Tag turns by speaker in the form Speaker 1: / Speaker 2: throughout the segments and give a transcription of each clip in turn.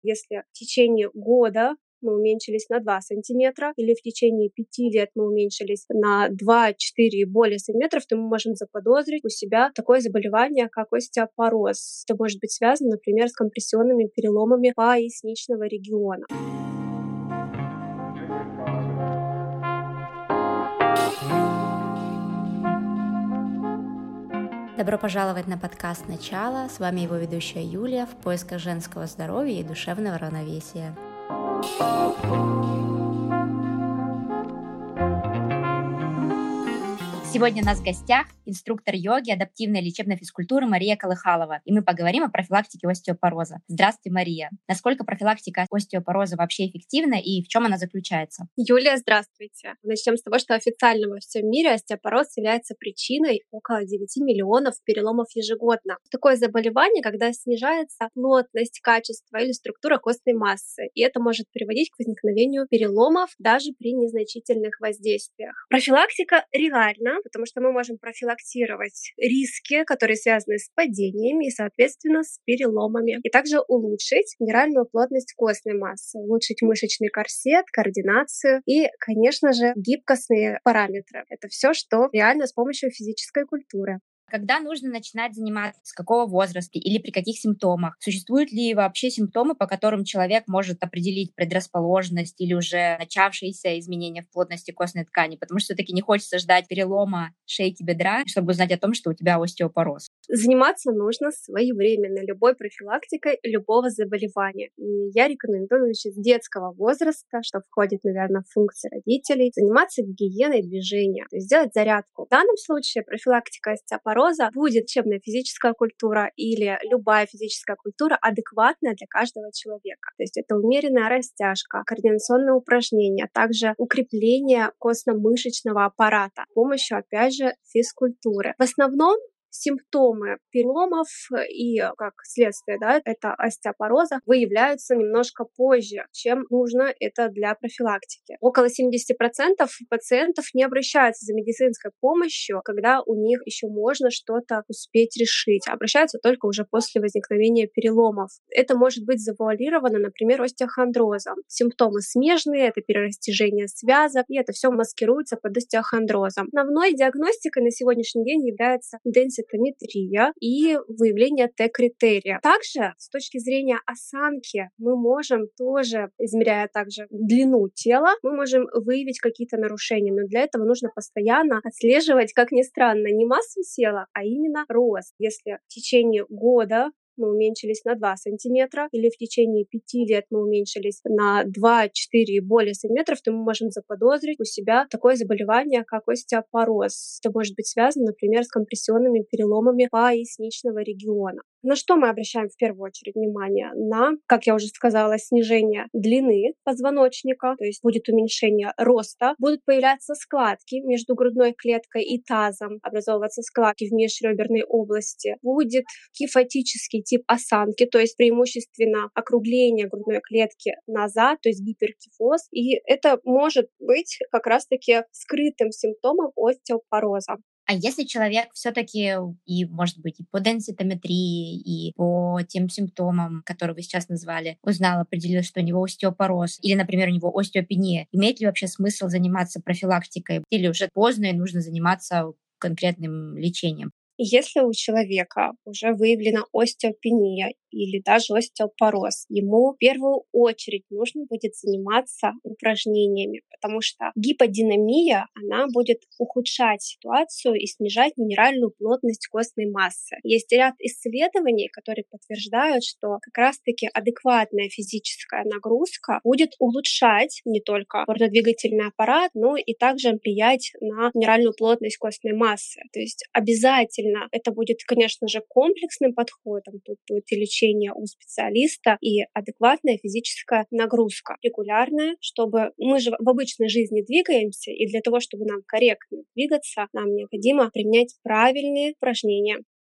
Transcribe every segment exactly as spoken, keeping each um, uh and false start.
Speaker 1: Если в течение года мы уменьшились на два сантиметра или в течение пяти лет мы уменьшились на два-четыре и более сантиметров, то мы можем заподозрить у себя такое заболевание, как остеопороз. Это может быть связано, например, с компрессионными переломами поясничного региона.
Speaker 2: Добро пожаловать на подкаст «Начало». С вами его ведущая Юлия в поисках женского здоровья и душевного равновесия. Сегодня у нас в гостях инструктор йоги, адаптивной лечебной физкультуры Мария Колыхалова, и мы поговорим о профилактике остеопороза. Здравствуйте, Мария. Насколько профилактика остеопороза вообще эффективна и в чем она заключается?
Speaker 1: Юлия, здравствуйте. Начнем с того, что официально во всем мире остеопороз является причиной около девяти миллионов переломов ежегодно. Такое заболевание, когда снижается плотность, качество или структура костной массы, и это может приводить к возникновению переломов даже при незначительных воздействиях. Профилактика реальна, потому что мы можем профилактировать риски, которые связаны с падениями и, соответственно, с переломами. И также улучшить генеральную плотность костной массы, улучшить мышечный корсет, координацию и, конечно же, гибкостные параметры. Это все, что реально с помощью физической культуры.
Speaker 2: Когда нужно начинать заниматься, с какого возраста или при каких симптомах? Существуют ли вообще симптомы, по которым человек может определить предрасположенность или уже начавшиеся изменения в плотности костной ткани? Потому что все-таки не хочется ждать перелома шейки бедра, чтобы узнать о том, что у тебя остеопороз.
Speaker 1: Заниматься нужно своевременно любой профилактикой любого заболевания. И я рекомендую еще с детского возраста, что входит, наверное, в функции родителей, заниматься гигиеной движения, то есть сделать зарядку. В данном случае профилактика остеопороза будет лечебная физическая культура или любая физическая культура адекватная для каждого человека. То есть это умеренная растяжка, координационные упражнения, а также укрепление костно-мышечного аппарата с помощью, опять же, физкультуры. В основном симптомы переломов и, как следствие, да, это остеопороза, выявляются немножко позже, чем нужно это для профилактики. Около семьдесят процентов пациентов не обращаются за медицинской помощью, когда у них еще можно что-то успеть решить. Обращаются только уже после возникновения переломов. Это может быть завуалировано, например, остеохондрозом. Симптомы смежные, это перерастяжение связок, и это все маскируется под остеохондрозом. Основной диагностикой на сегодняшний день является денситометрия и выявление Т-критерия. Также с точки зрения осанки мы можем тоже, измеряя также длину тела, мы можем выявить какие-то нарушения, но для этого нужно постоянно отслеживать, как ни странно, не массу тела, а именно рост. Если в течение года мы уменьшились на два сантиметра, или в течение пяти лет мы уменьшились на два-четыре и более сантиметров, то мы можем заподозрить у себя такое заболевание, как остеопороз. Это может быть связано, например, с компрессионными переломами поясничного региона. На что мы обращаем в первую очередь внимание? На, как я уже сказала, снижение длины позвоночника, то есть будет уменьшение роста, будут появляться складки между грудной клеткой и тазом, образовываться складки в межреберной области, будет кифотический тип осанки, то есть преимущественно округление грудной клетки назад, то есть гиперкифоз, и это может быть как раз-таки скрытым симптомом остеопороза.
Speaker 2: А если человек все-таки и, может быть, и по денситометрии, и по тем симптомам, которые вы сейчас назвали, узнал, определил, что у него остеопороз, или, например, у него остеопения, имеет ли вообще смысл заниматься профилактикой, или уже поздно и нужно заниматься конкретным лечением?
Speaker 1: Если у человека уже выявлена остеопения или даже остеопороз, ему в первую очередь нужно будет заниматься упражнениями, потому что гиподинамия, она будет ухудшать ситуацию и снижать минеральную плотность костной массы. Есть ряд исследований, которые подтверждают, что как раз-таки адекватная физическая нагрузка будет улучшать не только опорно-двигательный аппарат, но и также влиять на минеральную плотность костной массы. То есть обязательно это будет, конечно же, комплексным подходом. Тут будет и лечение у специалиста, и адекватная физическая нагрузка, регулярная, чтобы мы же в обычной жизни двигаемся, и для того, чтобы нам корректно двигаться, нам необходимо применять правильные упражнения.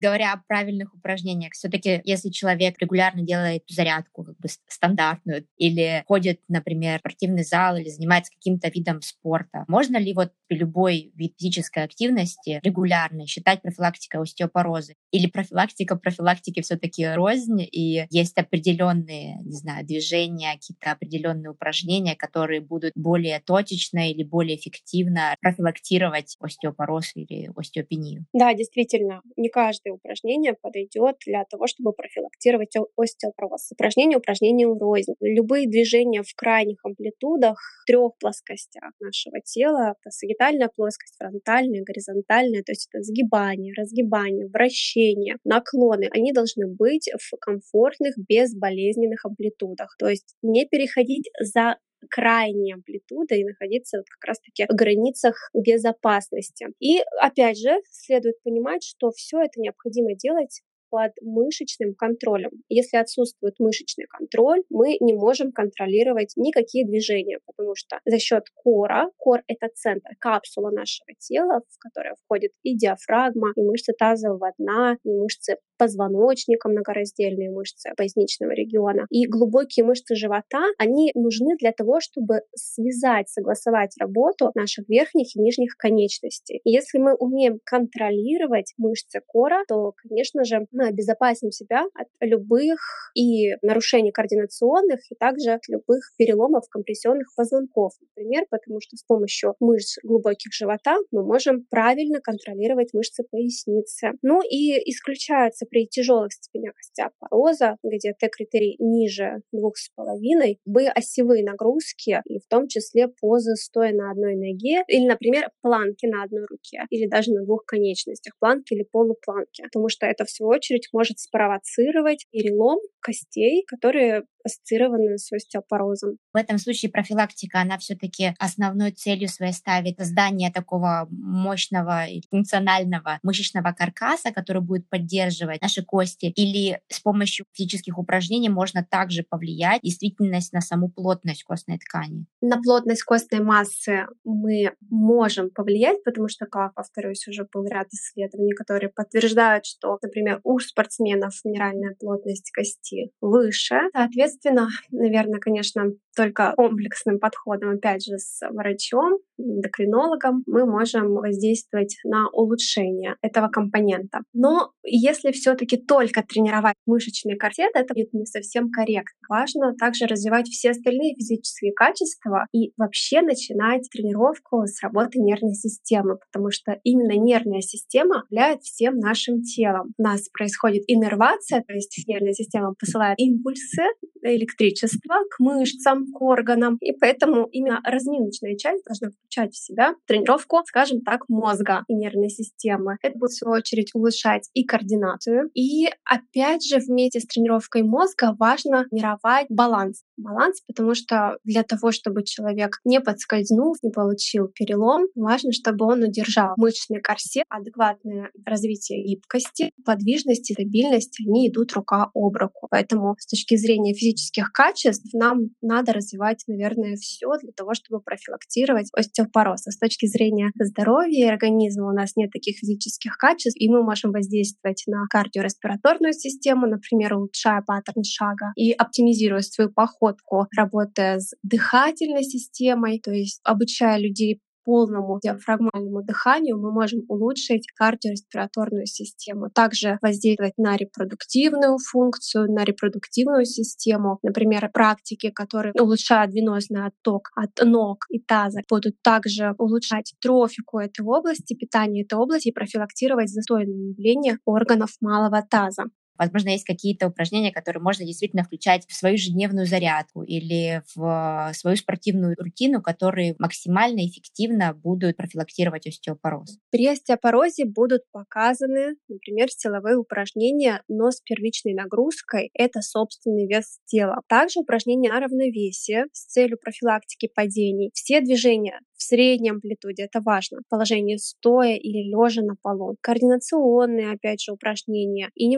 Speaker 2: Говоря о правильных упражнениях, все-таки, если человек регулярно делает зарядку как бы с- стандартную или ходит, например, в спортивный зал или занимается каким-то видом спорта, можно ли вот любой вид физической активности регулярно считать профилактикой остеопороза? Или профилактика профилактики все-таки рознь, и есть определенные, не знаю, движения, какие-то определенные упражнения, которые будут более точечно или более эффективно профилактировать остеопороз или остеопению?
Speaker 1: Да, действительно, не каждое упражнение подойдет для того, чтобы профилактировать о- остеопороз. Упражнения упражнению рознь. Любые движения в крайних амплитудах, в трех плоскостях нашего тела, это сагитальная плоскость, фронтальная, горизонтальная, то есть это сгибание, разгибание, вращение, наклоны, они должны быть в комфортных, безболезненных амплитудах. То есть не переходить за крайней амплитуды и находиться вот как раз-таки в границах безопасности. И опять же, следует понимать, что все это необходимо делать под мышечным контролем. Если отсутствует мышечный контроль, мы не можем контролировать никакие движения, потому что за счет кора, кор — это центр, капсула нашего тела, в которое входит и диафрагма, и мышцы тазового дна, и мышцы позвоночника, многораздельные мышцы поясничного региона, и глубокие мышцы живота, они нужны для того, чтобы связать, согласовать работу наших верхних и нижних конечностей. И если мы умеем контролировать мышцы кора, то, конечно же, мы обезопасим себя от любых и нарушений координационных, и также от любых переломов компрессионных позвонков, например, потому что с помощью мышц глубоких живота мы можем правильно контролировать мышцы поясницы. Ну и исключаются при тяжелых степенях остеопороза, где Т-критерий ниже двух с половиной, бы осевые нагрузки, и в том числе позы стоя на одной ноге, или, например, планки на одной руке, или даже на двух конечностях, планки или полупланки, потому что это, в свою очередь, может спровоцировать перелом костей, которые ассоциированы с остеопорозом.
Speaker 2: В этом случае профилактика, она все-таки основной целью своей ставит создание такого мощного и функционального мышечного каркаса, который будет поддерживать наши кости, или с помощью физических упражнений можно также повлиять действительно на саму плотность костной ткани?
Speaker 1: На плотность костной массы мы можем повлиять, потому что, как повторюсь, уже был ряд исследований, которые подтверждают, что, например, у спортсменов минеральная плотность кости выше. Соответственно, наверное, конечно, только комплексным подходом, опять же, с врачом, эндокринологом, мы можем воздействовать на улучшение этого компонента. Но если все-таки только тренировать мышечный корсет, это будет не совсем корректно. Важно также развивать все остальные физические качества и вообще начинать тренировку с работы нервной системы, потому что именно нервная система управляет всем нашим телом. У нас происходит иннервация, то есть нервная система посылает импульсы электричества к мышцам, к органам, и поэтому именно разминочная часть должна включать в себя тренировку, скажем так, мозга и нервной системы. Это будет, в свою очередь, улучшать и координацию. И опять же, вместе с тренировкой мозга важно тренировать баланс. Баланс, потому что для того, чтобы человек не подскользнул, не получил перелом, важно, чтобы он удержал мышечный корсет, адекватное развитие гибкости, подвижности, стабильность, они идут рука об руку. Поэтому с точки зрения физических качеств нам надо развивать, наверное, все для того, чтобы профилактировать остеопороз. А с точки зрения здоровья и организма у нас нет таких физических качеств, и мы можем воздействовать на кардиореспираторную систему, например, улучшая паттерн шага и оптимизируя свою походку, работая с дыхательной системой, то есть обучая людей полному диафрагмальному дыханию, мы можем улучшить кардиореспираторную систему. Также воздействовать на репродуктивную функцию, на репродуктивную систему. Например, практики, которые улучшают венозный отток от ног и таза, будут также улучшать трофику этой области, питание этой области и профилактировать застойные явления органов малого таза.
Speaker 2: Возможно, есть какие-то упражнения, которые можно действительно включать в свою ежедневную зарядку или в свою спортивную рутину, которые максимально эффективно будут профилактировать остеопороз.
Speaker 1: При остеопорозе будут показаны, например, силовые упражнения, но с первичной нагрузкой — это собственный вес тела. Также упражнения на равновесие с целью профилактики падений. Все движения в средней амплитуде — это важно. Положение стоя или лежа на полу. Координационные, опять же, упражнения и неврологические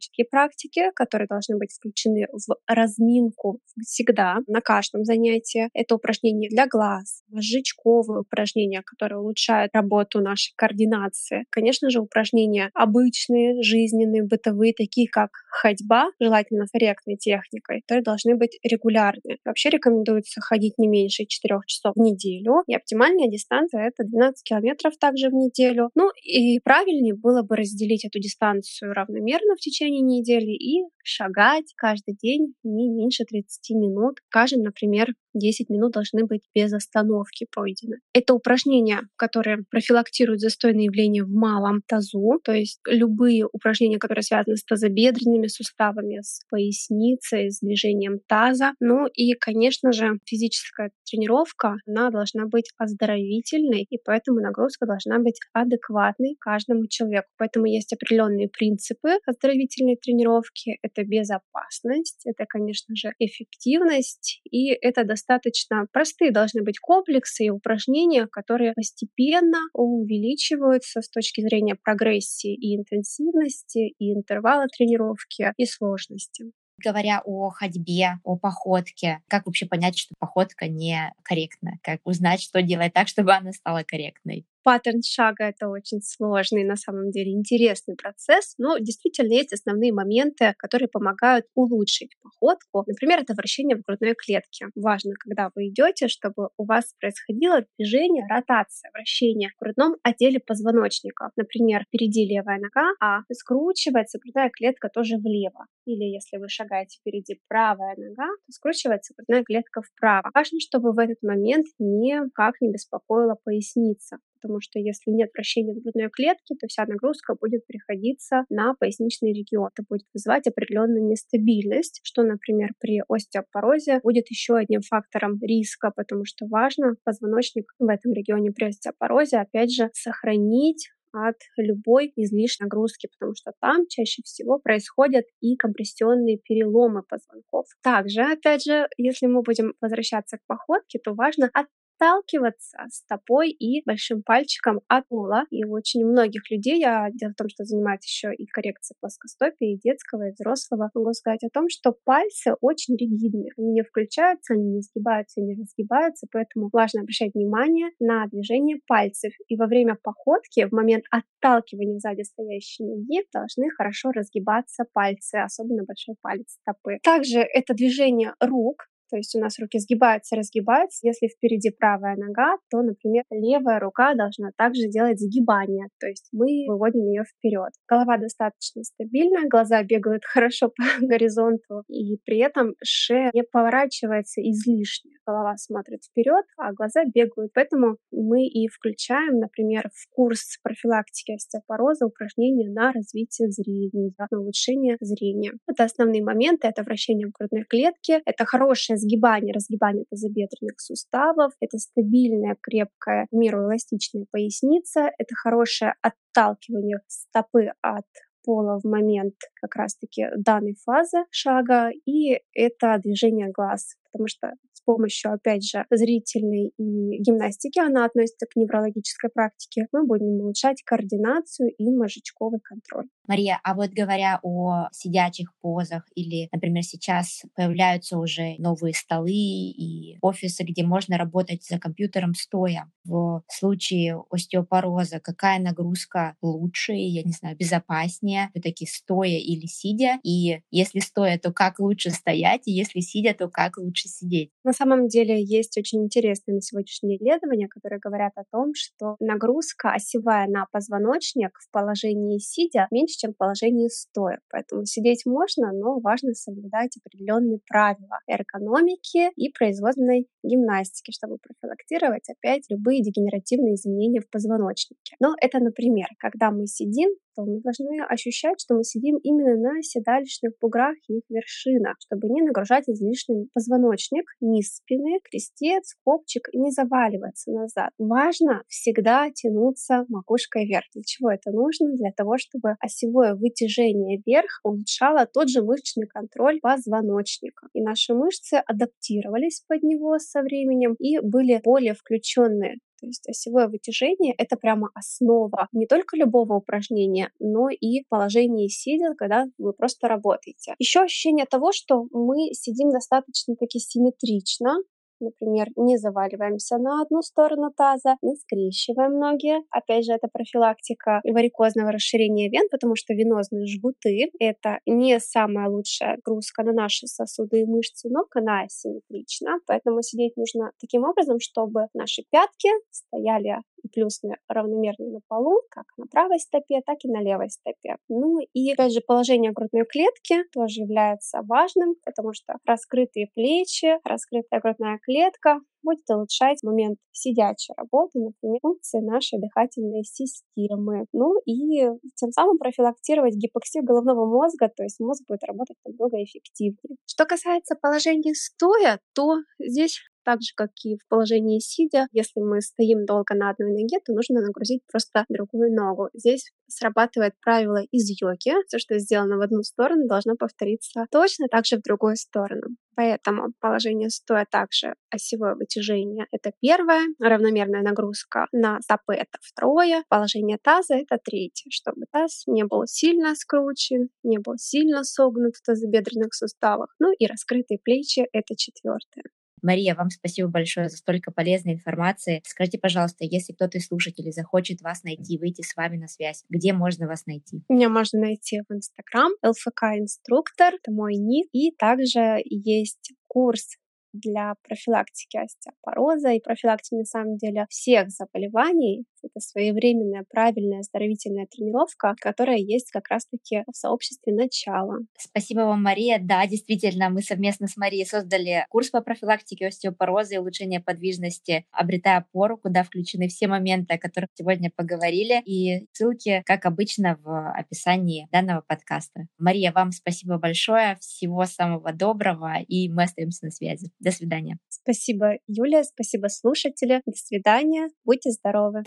Speaker 1: гимнастические практики, которые должны быть включены в разминку всегда, на каждом занятии. Это упражнения для глаз, мозжечковые упражнения, которые улучшают работу нашей координации. Конечно же, упражнения обычные, жизненные, бытовые, такие как ходьба, желательно с корректной техникой, которые должны быть регулярны. Вообще рекомендуется ходить не меньше четырёх часов в неделю, и оптимальная дистанция — это двенадцать километров также в неделю. Ну и правильнее было бы разделить эту дистанцию равномерно в течение недели и шагать каждый день не меньше тридцати минут. Скажем, например, десять минут должны быть без остановки пройдены. Это упражнения, которые профилактируют застойные явления в малом тазу, то есть любые упражнения, которые связаны с тазобедренными суставами, с поясницей, с движением таза. Ну и, конечно же, физическая тренировка, она должна быть оздоровительной, и поэтому нагрузка должна быть адекватной каждому человеку. Поэтому есть определенные принципы оздоровительной тренировки. Это безопасность, это, конечно же, эффективность, и это достаточно простые должны быть комплексы и упражнения, которые постепенно увеличиваются с точки зрения прогрессии и интенсивности, и интервала тренировки, и сложности.
Speaker 2: Говоря о ходьбе, о походке, как вообще понять, что походка некорректна? Как узнать, что делать так, чтобы она стала корректной?
Speaker 1: Паттерн шага — это очень сложный, на самом деле интересный процесс, но действительно есть основные моменты, которые помогают улучшить походку. Например, это вращение в грудной клетке. Важно, когда вы идете, чтобы у вас происходило движение, ротация, вращение в грудном отделе позвоночника. Например, впереди левая нога, а скручивается грудная клетка тоже влево. Или если вы шагаете впереди правая нога, то скручивается грудная клетка вправо. Важно, чтобы в этот момент никак не беспокоила поясница, потому что если нет вращения в грудной клетке, то вся нагрузка будет приходиться на поясничный регион. Это будет вызывать определенную нестабильность, что, например, при остеопорозе будет еще одним фактором риска, потому что важно позвоночник в этом регионе при остеопорозе, опять же, сохранить от любой излишней нагрузки, потому что там чаще всего происходят и компрессионные переломы позвонков. Также, опять же, если мы будем возвращаться к походке, то важно отталкиваться стопой и большим пальчиком от пола. И у очень многих людей, я дело в том, что занимаюсь еще и коррекцией плоскостопия, и детского, и взрослого, могу сказать о том, что пальцы очень ригидны. Они не включаются, они не сгибаются, не разгибаются, поэтому важно обращать внимание на движение пальцев. И во время походки, в момент отталкивания сзади стоящей ноги, должны хорошо разгибаться пальцы, особенно большой палец стопы. Также это движение рук. То есть у нас руки сгибаются, разгибаются. Если впереди правая нога, то, например, левая рука должна также делать сгибание. То есть мы выводим ее вперед. Голова достаточно стабильная, глаза бегают хорошо по горизонту, и при этом шея не поворачивается излишне. Голова смотрит вперед, а глаза бегают. Поэтому мы и включаем, например, в курс профилактики остеопороза упражнения на развитие зрения, на улучшение зрения. Это основные моменты. Это вращение в грудной клетке, это хорошее сгибание, разгибание тазобедренных суставов, это стабильная, крепкая, в меру эластичная поясница, это хорошее отталкивание стопы от пола в момент как раз-таки данной фазы шага, и это движение глаз, потому что с помощью, опять же, зрительной и гимнастики, она относится к неврологической практике, мы будем улучшать координацию и мозжечковый контроль.
Speaker 2: Мария, а вот говоря о сидячих позах или, например, сейчас появляются уже новые столы и офисы, где можно работать за компьютером стоя. В случае остеопороза какая нагрузка лучше, я не знаю, безопаснее, все-таки стоя или сидя? И если стоя, то как лучше стоять? И если сидя, то как лучше сидеть?
Speaker 1: На самом деле есть очень интересные на сегодняшнее исследования, которые говорят о том, что нагрузка осевая на позвоночник в положении сидя меньше, чем в положении стоя. Поэтому сидеть можно, но важно соблюдать определенные правила эргономики и производственной гимнастики, чтобы профилактировать опять любые дегенеративные изменения в позвоночнике. Но это, например, когда мы сидим, то мы должны ощущать, что мы сидим именно на седалищных буграх и их вершинах, чтобы не нагружать излишне позвоночник, низ спины, крестец, копчик и не заваливаться назад. Важно всегда тянуться макушкой вверх. Для чего это нужно? Для того, чтобы осевое вытяжение вверх улучшало тот же мышечный контроль позвоночника. И наши мышцы адаптировались под него со временем и были более включенные То есть осевое вытяжение — это прямо основа не только любого упражнения, но и положения сидя, когда вы просто работаете. Еще ощущение того, что мы сидим достаточно-таки симметрично. Например, не заваливаемся на одну сторону таза, не скрещиваем ноги. Опять же, это профилактика варикозного расширения вен, потому что венозные жгуты — это не самая лучшая нагрузка на наши сосуды и мышцы, но она асимметрична. Поэтому сидеть нужно таким образом, чтобы наши пятки стояли и плюсны равномерно на полу, как на правой стопе, так и на левой стопе. Ну и, опять же, положение грудной клетки тоже является важным, потому что раскрытые плечи, раскрытая грудная клетка будет улучшать момент сидячей работы, например, функции нашей дыхательной системы. Ну и тем самым профилактировать гипоксию головного мозга, то есть мозг будет работать намного эффективнее. Что касается положения стоя, то здесь так же, как и в положении сидя, если мы стоим долго на одной ноге, то нужно нагрузить просто другую ногу. Здесь срабатывает правило из йоги. Все, что сделано в одну сторону, должно повториться точно так же в другую сторону. Поэтому положение стоя также осевое вытяжение — это первое, равномерная нагрузка на стопы — это второе, положение таза — это третье, чтобы таз не был сильно скручен, не был сильно согнут в тазобедренных суставах, ну и раскрытые плечи — это четвертое.
Speaker 2: Мария, вам спасибо большое за столько полезной информации. Скажите, пожалуйста, если кто-то из слушателей захочет вас найти, выйти с вами на связь, где можно вас найти?
Speaker 1: Меня можно найти в Инстаграм, эл эф ка инструктор, это мой ник, и также есть курс для профилактики остеопороза и профилактики, на самом деле, всех заболеваний. Это своевременная, правильная оздоровительная тренировка, которая есть как раз-таки в сообществе «Начало».
Speaker 2: Спасибо вам, Мария. Да, действительно, мы совместно с Марией создали курс по профилактике остеопороза и улучшения подвижности «Обретая опору», куда включены все моменты, о которых сегодня поговорили, и ссылки, как обычно, в описании данного подкаста. Мария, вам спасибо большое, всего самого доброго, и мы остаемся на связи. До свидания.
Speaker 1: Спасибо, Юлия, спасибо, слушатели. До свидания, будьте здоровы.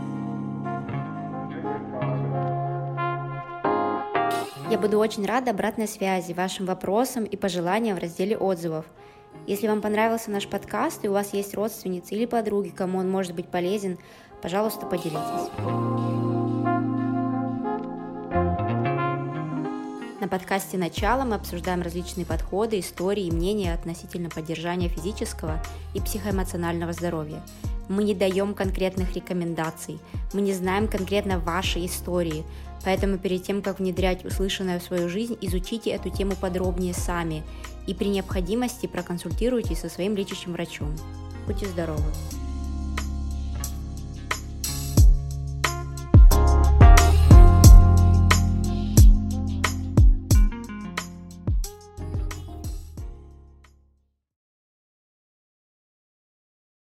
Speaker 2: Я буду очень рада обратной связи, вашим вопросам и пожеланиям в разделе отзывов. Если вам понравился наш подкаст и у вас есть родственницы или подруги, кому он может быть полезен, пожалуйста, поделитесь. На подкасте «Начало» мы обсуждаем различные подходы, истории и мнения относительно поддержания физического и психоэмоционального здоровья. Мы не даем конкретных рекомендаций, мы не знаем конкретно вашей истории, поэтому перед тем, как внедрять услышанное в свою жизнь, изучите эту тему подробнее сами и при необходимости проконсультируйтесь со своим лечащим врачом. Будьте здоровы!